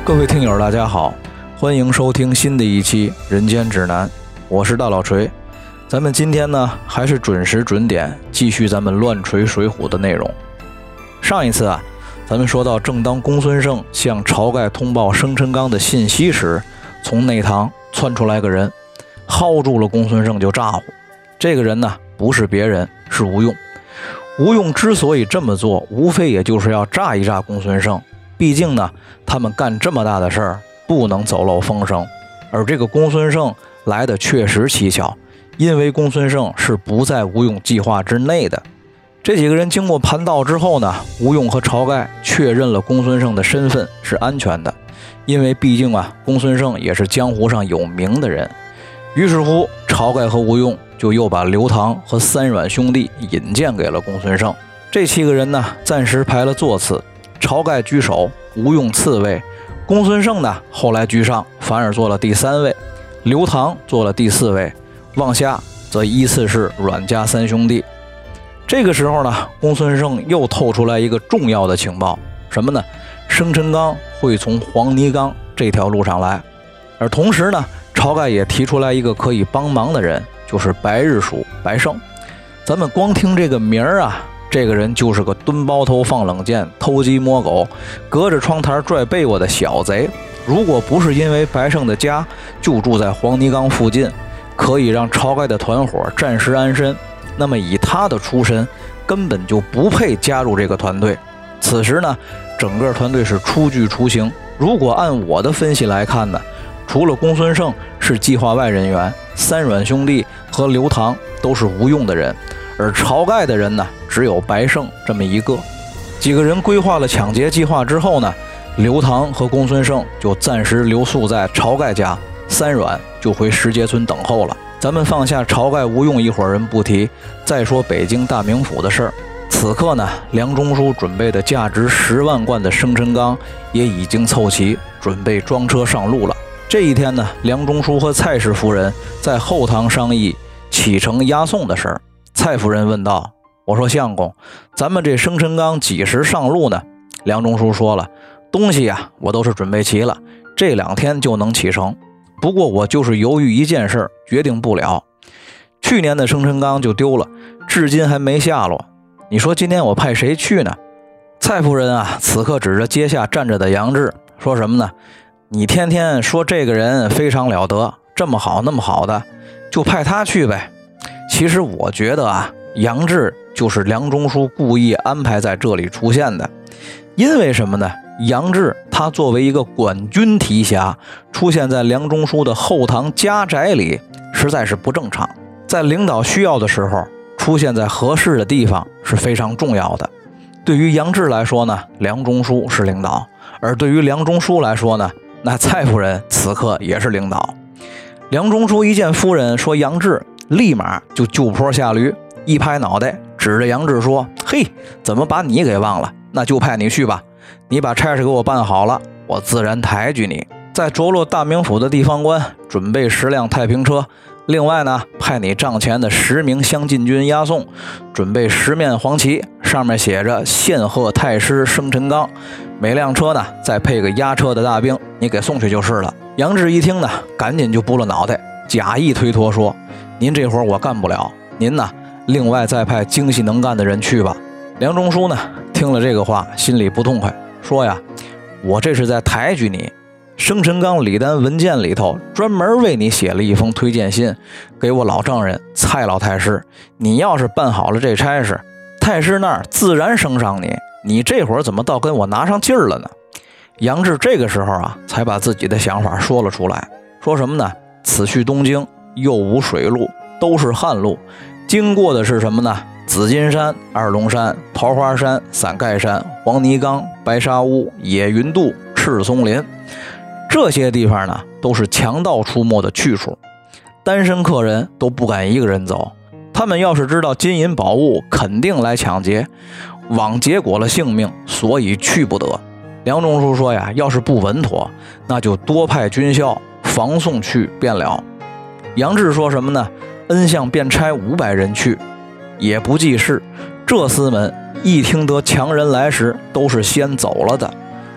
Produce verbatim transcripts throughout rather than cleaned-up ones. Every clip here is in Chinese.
各位听友大家好，欢迎收听新的一期人间指南，我是大老锤。咱们今天呢还是准时准点继续咱们乱锤水浒的内容。上一次啊咱们说到，正当公孙胜向晁盖通报生辰纲的信息时，从内堂窜出来个人，薅住了公孙胜就咋呼。这个人呢不是别人，是吴用。吴用之所以这么做，无非也就是要炸一炸公孙胜，毕竟呢他们干这么大的事儿不能走漏风声。而这个公孙胜来的确实蹊跷，因为公孙胜是不在吴用计划之内的。这几个人经过盘道之后呢，吴用和晁盖确认了公孙胜的身份是安全的，因为毕竟啊公孙胜也是江湖上有名的人。于是乎晁盖和吴用就又把刘唐和三阮兄弟引荐给了公孙胜。这七个人呢暂时排了座次，晁盖居首，吴用次位，公孙胜呢后来居上，反而做了第三位，刘唐做了第四位，往下则依次是阮家三兄弟。这个时候呢，公孙胜又透出来一个重要的情报，什么呢？生辰纲会从黄泥冈这条路上来。而同时呢，晁盖也提出来一个可以帮忙的人，就是白日鼠白胜。咱们光听这个名儿啊，这个人就是个蹲包头放冷箭、偷鸡摸狗、隔着窗台拽被窝的小贼。如果不是因为白胜的家就住在黄泥冈附近，可以让晁盖的团伙暂时安身，那么以他的出身根本就不配加入这个团队。此时呢，整个团队是出具雏形。如果按我的分析来看呢，除了公孙胜是计划外人员，三阮兄弟和刘唐都是吴用的人，而晁盖的人呢只有白胜这么一个。几个人规划了抢劫计划之后呢，刘唐和公孙胜就暂时留宿在晁盖家，三阮就回石碣村等候了。咱们放下晁盖吴用一伙人不提，再说北京大名府的事儿。此刻呢，梁中书准备的价值十万贯的生辰纲也已经凑齐，准备装车上路了。这一天呢，梁中书和蔡氏夫人在后堂商议启程押送的事儿。蔡夫人问道：我说相公，咱们这生辰纲几时上路呢？梁中书说了，东西啊我都是准备齐了，这两天就能启程。不过我就是犹豫一件事，决定不了。去年的生辰纲就丢了，至今还没下落。你说今天我派谁去呢？蔡夫人啊，此刻指着阶下站着的杨志，说什么呢？你天天说这个人非常了得，这么好那么好的，就派他去呗。其实我觉得啊，杨志就是梁中书故意安排在这里出现的。因为什么呢？杨志他作为一个管军提辖，出现在梁中书的后堂家宅里实在是不正常。在领导需要的时候出现在合适的地方是非常重要的。对于杨志来说呢，梁中书是领导，而对于梁中书来说呢，那蔡夫人此刻也是领导。梁中书一见夫人说杨志，立马就就坡下驴，一拍脑袋指着杨志说，嘿，怎么把你给忘了？那就派你去吧，你把差事给我办好了，我自然抬举你。在着落大名府的地方官准备十辆太平车，另外呢，派你帐前的十名乡禁军押送，准备十面黄旗，上面写着献贺太师生辰纲，每辆车呢再配个押车的大兵，你给送去就是了。杨志一听呢，赶紧就拨了脑袋，假意推脱说，您这活我干不了，您呢另外再派精细能干的人去吧。梁中书呢听了这个话，心里不痛快，说呀，我这是在抬举你。生辰纲礼单文件里头专门为你写了一封推荐信，给我老丈人蔡老太师，你要是办好了这差事，太师那儿自然升上你，你这会儿怎么倒跟我拿上劲儿了呢？杨志这个时候啊，才把自己的想法说了出来，说什么呢？此去东京又无水路，都是旱路，经过的是什么呢？紫金山、二龙山、桃花山、伞盖山、黄泥冈、白沙屋、野云渡、赤松林，这些地方呢都是强盗出没的去处，单身客人都不敢一个人走，他们要是知道金银宝物肯定来抢劫，枉结果了性命，所以去不得。梁中书说呀，要是不稳妥，那就多派军校防送去便了。杨志说什么呢？恩相便差五百人去，也不济事。这厮们一听得强人来时，都是先走了的。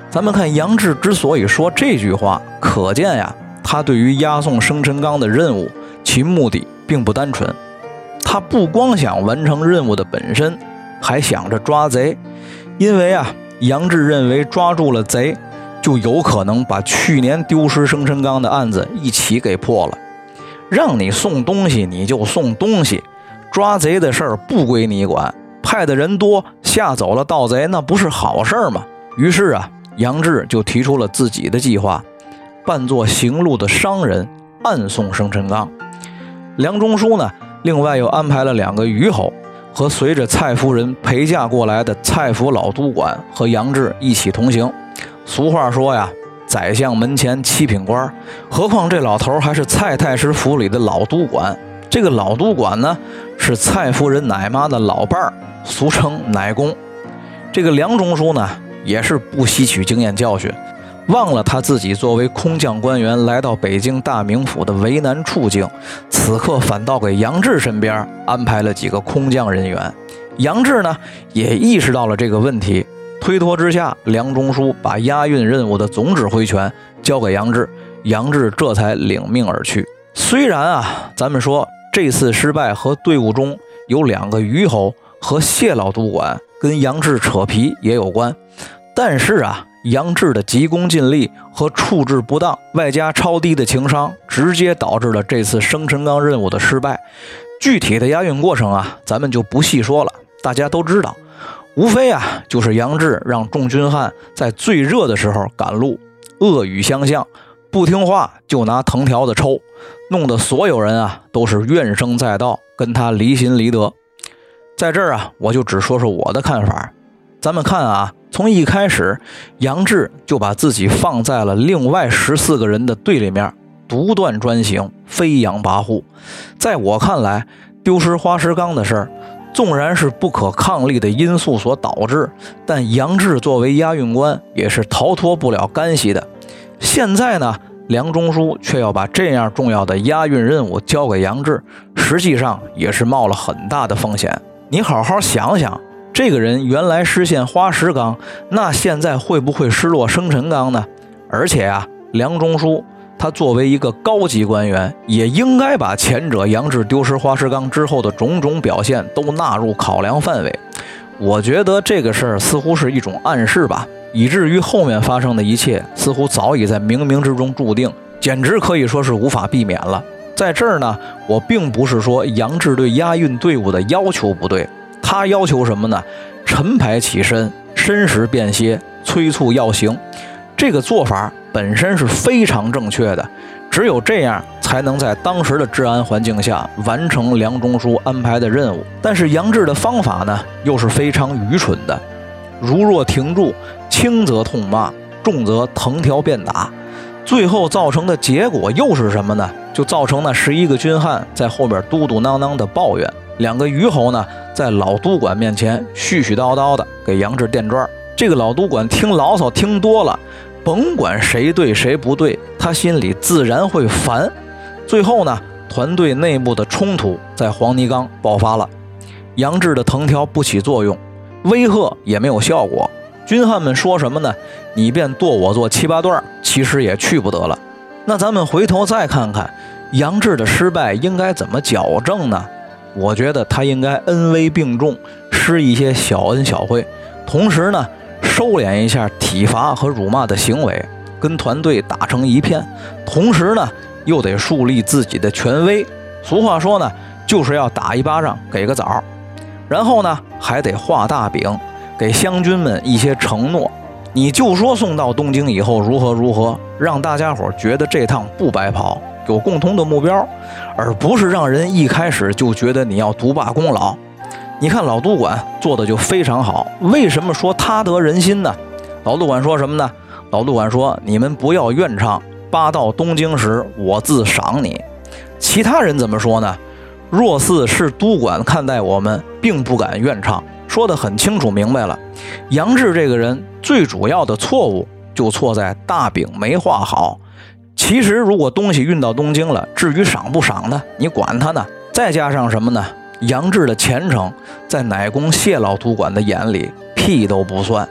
咱们看杨志之所以说这句话，可见呀，他对于押送生辰纲的任务，其目的并不单纯。他不光想完成任务的本身，还想着抓贼。因为啊，杨志认为抓住了贼，就有可能把去年丢失生辰纲的案子一起给破了。让你送东西你就送东西，抓贼的事儿不归你管，派的人多，吓走了盗贼，那不是好事吗？于是啊，杨志就提出了自己的计划，扮作行路的商人，暗送生辰纲。梁中书呢，另外又安排了两个虞侯和随着蔡夫人陪嫁过来的蔡府老督管和杨志一起同行。俗话说呀，宰相门前七品官，何况这老头还是蔡太师府里的老督管。这个老督管呢，是蔡夫人奶妈的老伴儿，俗称奶公。这个梁中书呢，也是不吸取经验教训，忘了他自己作为空降官员来到北京大名府的为难处境，此刻反倒给杨志身边安排了几个空降人员。杨志呢，也意识到了这个问题，推脱之下，梁中书把押运任务的总指挥权交给杨志，杨志这才领命而去。虽然啊，咱们说这次失败和队伍中有两个虞侯和谢老督管跟杨志扯皮也有关，但是啊，杨志的急功近利和处置不当，外加超低的情商，直接导致了这次生辰纲任务的失败。具体的押运过程啊，咱们就不细说了，大家都知道，无非啊就是杨志让众军汉在最热的时候赶路，恶语相向，不听话就拿藤条子抽，弄得所有人啊都是怨声载道，跟他离心离德。在这儿啊，我就只说说我的看法。咱们看啊，从一开始，杨志就把自己放在了另外十四个人的队里面，独断专行，飞扬跋扈。在我看来，丢失花石纲的事儿，纵然是不可抗力的因素所导致，但杨志作为押运官，也是逃脱不了干系的。现在呢，梁中书却要把这样重要的押运任务交给杨志，实际上也是冒了很大的风险。你好好想想，这个人原来失陷花石纲，那现在会不会失落生辰纲呢？而且啊，梁中书他作为一个高级官员，也应该把前者杨志丢失花石纲之后的种种表现都纳入考量范围。我觉得这个事儿似乎是一种暗示吧，以至于后面发生的一切似乎早已在冥冥之中注定，简直可以说是无法避免了。在这儿呢，我并不是说杨志对押运队伍的要求不对，他要求什么呢？晨牌起身，申时便歇，催促要行。这个做法本身是非常正确的，只有这样才能在当时的治安环境下完成梁中书安排的任务。但是杨志的方法呢，又是非常愚蠢的。如若停住，轻则痛骂，重则藤条便打。最后造成的结果又是什么呢？就造成那十一个军汉在后边嘟嘟囔囔的抱怨，两个虞侯呢在老督管面前絮絮叨叨的给杨志垫砖。这个老督管听牢骚听多了，甭管谁对谁不对，他心里自然会烦。最后呢，团队内部的冲突在黄泥冈爆发了，杨志的藤条不起作用，威吓也没有效果。军汉们说什么呢？你便剁我做七八段，其实也去不得了。那咱们回头再看看杨志的失败应该怎么矫正呢？我觉得他应该恩威并重，施一些小恩小惠，同时呢收敛一下体罚和辱骂的行为，跟团队打成一片，同时呢又得树立自己的权威。俗话说呢，就是要打一巴掌给个枣，然后呢还得画大饼，给湘军们一些承诺。你就说送到东京以后如何如何，让大家伙觉得这趟不白跑，有共同的目标，而不是让人一开始就觉得你要独霸功劳。你看老督管做的就非常好，为什么说他得人心呢？老督管说什么呢？老督管说，你们不要怨唱，八到东京时我自赏你。其他人怎么说呢？若似是督管看待我们，并不敢怨唱，说得很清楚明白了。杨志这个人最主要的错误就错在大饼没画好。其实如果东西运到东京了，至于赏不赏呢，你管他呢。再加上什么呢？杨志的前程在乃公谢老督管的眼里屁都不算，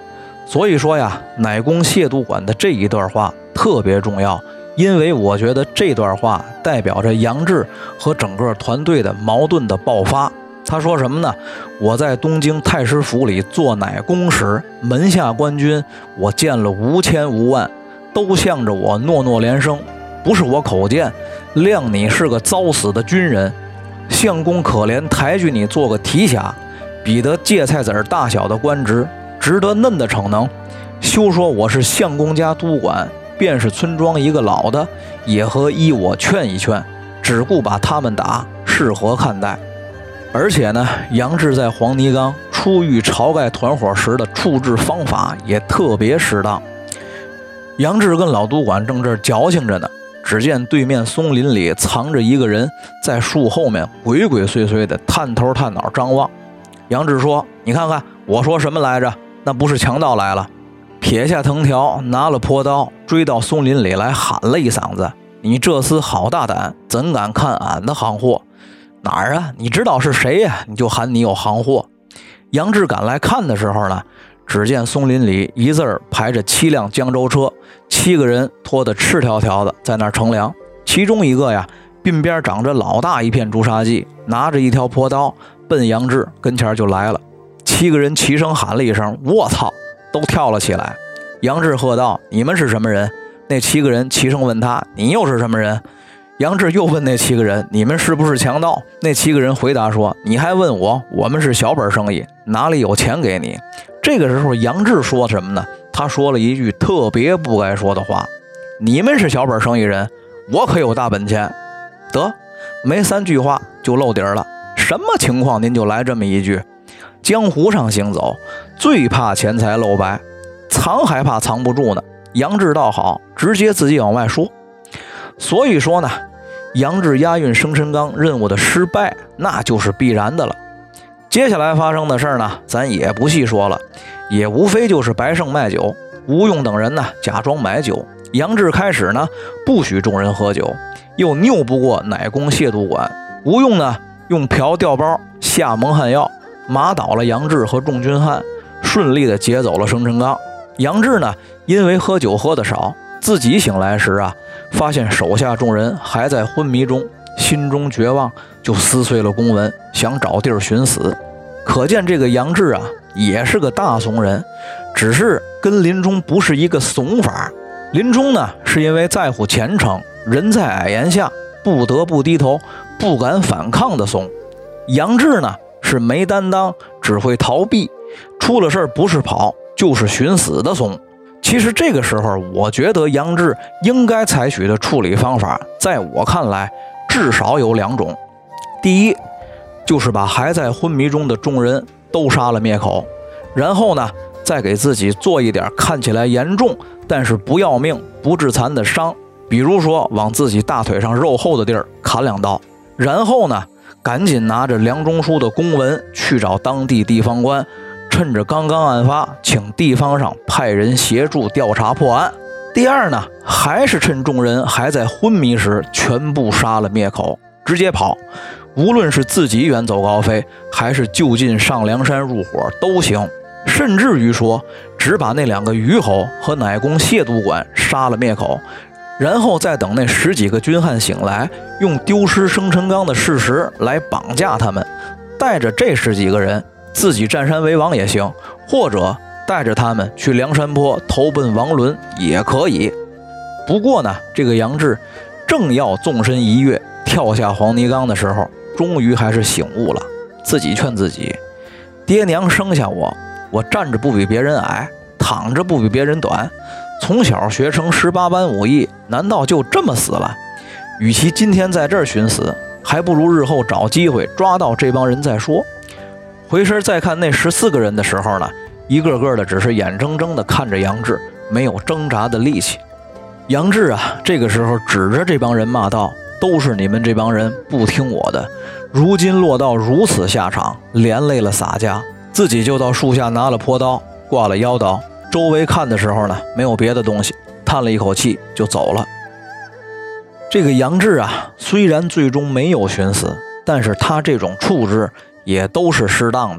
所以说呀，乃公亵渎馆的这一段话特别重要，因为我觉得这段话代表着杨志和整个团队的矛盾的爆发。他说什么呢？我在东京太师府里做乃公时，门下官军我见了无千无万，都向着我诺诺连声，不是我口贱，谅你是个遭死的军人，相公可怜抬举你做个提辖，比得芥菜籽大小的官职，值得嫩的逞能。休说我是相公家督管，便是村庄一个老的，也和依我劝一劝，只顾把他们打，是何看待？而且呢，杨志在黄泥冈出狱晁盖团伙时的处置方法也特别适当。杨志跟老督管正这儿矫情着呢，只见对面松林里藏着一个人，在树后面鬼鬼祟祟的探头探脑张望。杨志说：“你看看我说什么来着？那不是强盗来了。”撇下藤条，拿了坡刀，追到松林里来，喊了一嗓子：“你这厮好大胆，怎敢看俺的行货？哪儿啊？你知道是谁呀？你就喊你有行货。”杨志赶来看的时候呢，只见松林里一字儿排着七辆江州车，七个人拖得赤条条的在那儿乘凉。其中一个呀，鬓边长着老大一片朱砂记，拿着一条坡刀，奔杨志跟前就来了。七个人齐声喊了一声：“我操！”都跳了起来。杨志喝道：“你们是什么人？”那七个人齐声问他：“你又是什么人？”杨志又问那七个人：“你们是不是强盗？”那七个人回答说：“你还问我？我们是小本生意，哪里有钱给你？”这个时候杨志说什么呢？他说了一句特别不该说的话：“你们是小本生意人，我可有大本钱。”得，没三句话就露底了。什么情况您就来这么一句？江湖上行走，最怕钱财露白，藏还怕藏不住呢。杨志倒好，直接自己往外说。所以说呢，杨志押运生辰纲任务的失败，那就是必然的了。接下来发生的事呢，咱也不细说了，也无非就是白胜卖酒，吴用等人呢假装买酒。杨志开始呢不许众人喝酒，又拗不过乃公亵渎馆。吴用呢用瓢调包下蒙汗药，麻倒了杨志和众军汉，顺利的劫走了生辰纲。杨志呢因为喝酒喝得少，自己醒来时啊，发现手下众人还在昏迷中，心中绝望，就撕碎了公文，想找地儿寻死。可见这个杨志啊也是个大怂人，只是跟林冲不是一个怂法。林冲呢是因为在乎前程，人在矮檐下，不得不低头，不敢反抗的怂。杨志呢是没担当，只会逃避，出了事儿不是跑就是寻死的怂。其实这个时候我觉得杨志应该采取的处理方法，在我看来至少有两种。第一，就是把还在昏迷中的众人都杀了灭口，然后呢再给自己做一点看起来严重但是不要命不致残的伤，比如说往自己大腿上肉厚的地儿砍两刀，然后呢赶紧拿着梁中书的公文去找当地地方官，趁着刚刚案发，请地方上派人协助调查破案。第二呢，还是趁众人还在昏迷时全部杀了灭口，直接跑，无论是自己远走高飞，还是就近上梁山入伙都行。甚至于说只把那两个虞侯和乃公亵渎馆杀了灭口，然后再等那十几个军汉醒来，用丢失生辰纲的事实来绑架他们，带着这十几个人自己占山为王也行，或者带着他们去梁山坡投奔王伦也可以。不过呢，这个杨志正要纵身一跃跳下黄泥冈的时候，终于还是醒悟了，自己劝自己：爹娘生下我，我站着不比别人矮，躺着不比别人短，从小学成十八般武艺，难道就这么死了？与其今天在这儿寻死，还不如日后找机会抓到这帮人再说。回身再看那十四个人的时候呢，一个个的只是眼睁睁地看着杨志，没有挣扎的力气。杨志啊，这个时候指着这帮人骂道：都是你们这帮人不听我的，如今落到如此下场，连累了洒家，自己就到树下拿了坡刀，挂了腰刀，周围看的时候呢，没有别的东西，叹了一口气就走了。这个杨志啊，虽然最终没有寻死，但是他这种处置也都是适当的。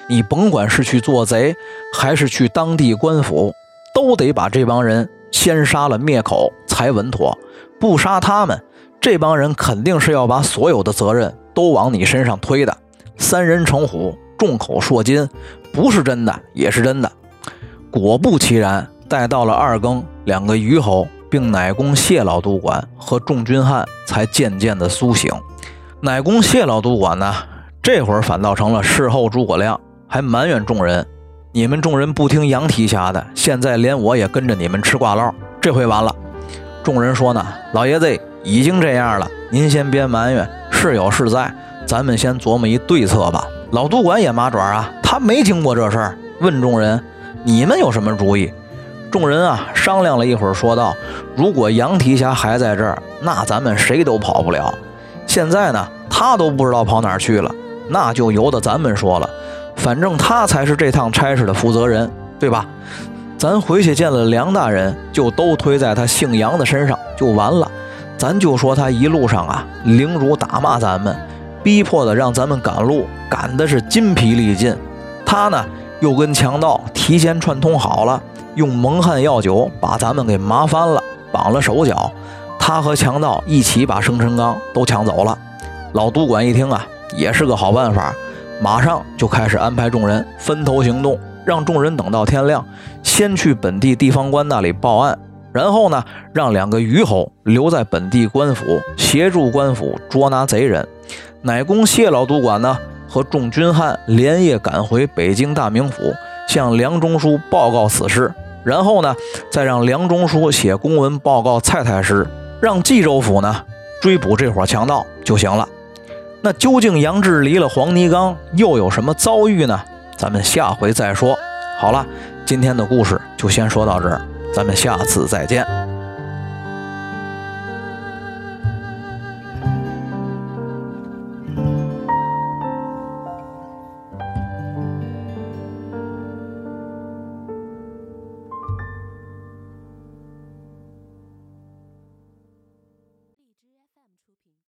你甭管是去做贼，还是去当地官府，都得把这帮人先杀了灭口才稳妥。不杀他们，这帮人肯定是要把所有的责任都往你身上推的。三人成虎，众口铄金，不是真的也是真的。果不其然，待到了二更，两个虞侯并乃公谢老督管和众军汉才渐渐的苏醒。乃公谢老督管呢，这会儿反倒成了事后诸葛亮，还埋怨众人：你们众人不听杨提辖的，现在连我也跟着你们吃瓜捞，这回完了。众人说呢，老爷子已经这样了，您先别埋怨，是有是在，咱们先琢磨一对策吧。老督管也麻爪啊，他没经过这事儿，问众人：你们有什么主意？众人啊商量了一会儿，说道：如果杨提辖还在这儿，那咱们谁都跑不了。现在呢，他都不知道跑哪儿去了，那就由得咱们说了，反正他才是这趟差事的负责人，对吧？咱回去见了梁大人，就都推在他姓杨的身上就完了。咱就说他一路上啊凌辱打骂咱们，逼迫的让咱们赶路，赶的是筋疲力尽。他呢又跟强盗提前串通好了，用蒙汗药酒把咱们给麻翻了，绑了手脚。他和强盗一起把生辰纲都抢走了。老督管一听啊，也是个好办法，马上就开始安排众人分头行动，让众人等到天亮，先去本地地方官那里报案，然后呢，让两个虞侯留在本地官府，协助官府捉拿贼人。乃公谢老督管呢，和众军汉连夜赶回北京大名府，向梁中书报告此事，然后呢，再让梁中书写公文报告蔡太师，让冀州府呢追捕这伙强盗就行了。那究竟杨志离了黄泥冈又有什么遭遇呢？咱们下回再说。好了，今天的故事就先说到这儿，咱们下次再见。